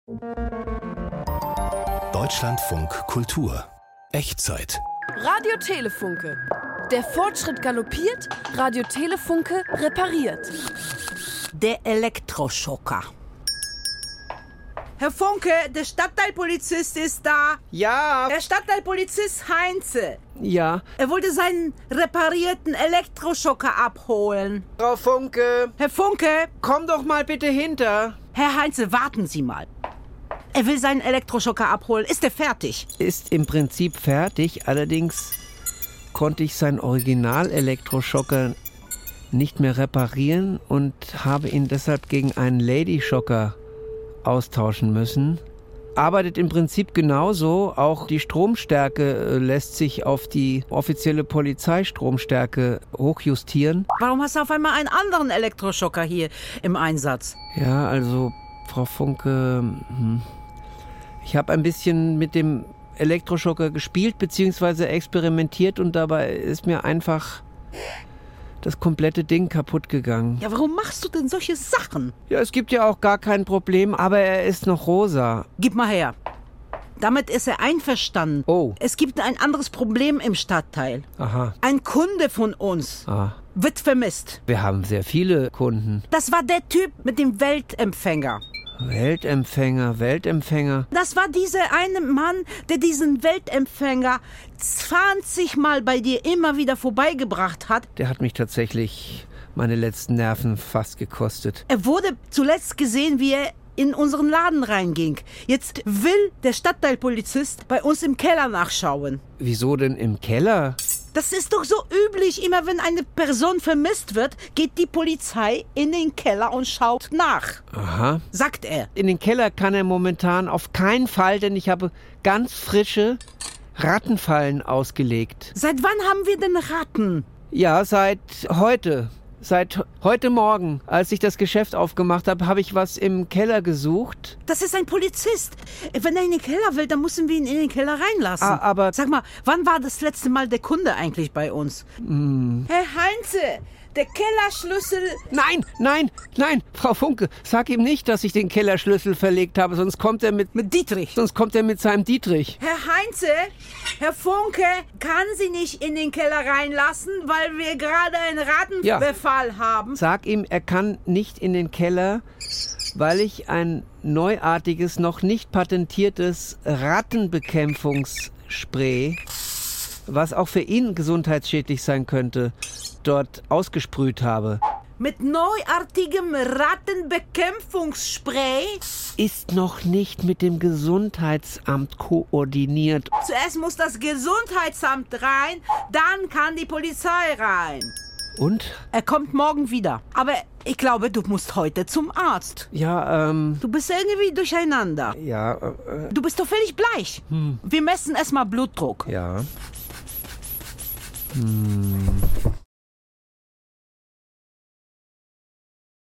Deutschlandfunk Kultur. Echtzeit. Radio Telefunke. Der Fortschritt galoppiert, Radio Telefunke repariert. Der Elektroschocker. Herr Funke, der Stadtteilpolizist ist da. Ja. Der Stadtteilpolizist Heinze. Ja. Er wollte seinen reparierten Elektroschocker abholen. Frau Funke. Herr Funke. Komm doch mal bitte hinter. Herr Heinze, warten Sie mal. Er will seinen Elektroschocker abholen. Ist er fertig? Ist im Prinzip fertig, allerdings konnte ich seinen Original-Elektroschocker nicht mehr reparieren und habe ihn deshalb gegen einen Lady-Schocker austauschen müssen. Arbeitet im Prinzip genauso. Auch die Stromstärke lässt sich auf die offizielle Polizeistromstärke hochjustieren. Warum hast du auf einmal einen anderen Elektroschocker hier im Einsatz? Ja, also, Frau Funke, ich habe ein bisschen mit dem Elektroschocker gespielt bzw. experimentiert und dabei ist mir einfach das komplette Ding kaputt gegangen. Ja, warum machst du denn solche Sachen? Ja, es gibt ja auch gar kein Problem, aber er ist noch rosa. Gib mal her. Damit ist er einverstanden. Oh. Es gibt ein anderes Problem im Stadtteil. Aha. Ein Kunde von uns wird vermisst. Wir haben sehr viele Kunden. Das war der Typ mit dem Weltempfänger. Weltempfänger. Das war dieser eine Mann, der diesen Weltempfänger 20 Mal bei dir immer wieder vorbeigebracht hat. Der hat mich tatsächlich meine letzten Nerven fast gekostet. Er wurde zuletzt gesehen, wie er in unseren Laden reinging. Jetzt will der Stadtteilpolizist bei uns im Keller nachschauen. Wieso denn im Keller? Das ist doch so üblich. Immer wenn eine Person vermisst wird, geht die Polizei in den Keller und schaut nach. Aha. Sagt er. In den Keller kann er momentan auf keinen Fall, denn ich habe ganz frische Rattenfallen ausgelegt. Seit wann haben wir denn Ratten? Ja, seit heute. Seit heute Morgen, als ich das Geschäft aufgemacht habe, habe ich was im Keller gesucht. Das ist ein Polizist. Wenn er in den Keller will, dann müssen wir ihn in den Keller reinlassen. Aber sag mal, wann war das letzte Mal der Kunde eigentlich bei uns? Herr Heinze, der Kellerschlüssel... Nein, Frau Funke, sag ihm nicht, dass ich den Kellerschlüssel verlegt habe, sonst kommt er mit Dietrich. Sonst kommt er mit seinem Dietrich. Herr Heinze, Herr Funke kann Sie nicht in den Keller reinlassen, weil wir gerade einen Rattenbefall haben. Sag ihm, er kann nicht in den Keller, weil ich ein neuartiges, noch nicht patentiertes Rattenbekämpfungsspray, was auch für ihn gesundheitsschädlich sein könnte, dort ausgesprüht habe. Mit neuartigem Rattenbekämpfungsspray? Ist noch nicht mit dem Gesundheitsamt koordiniert. Zuerst muss das Gesundheitsamt rein, dann kann die Polizei rein. Und? Er kommt morgen wieder. Aber ich glaube, du musst heute zum Arzt. Ja, Du bist irgendwie durcheinander. Ja, Du bist doch völlig bleich. Wir messen erstmal Blutdruck. Ja.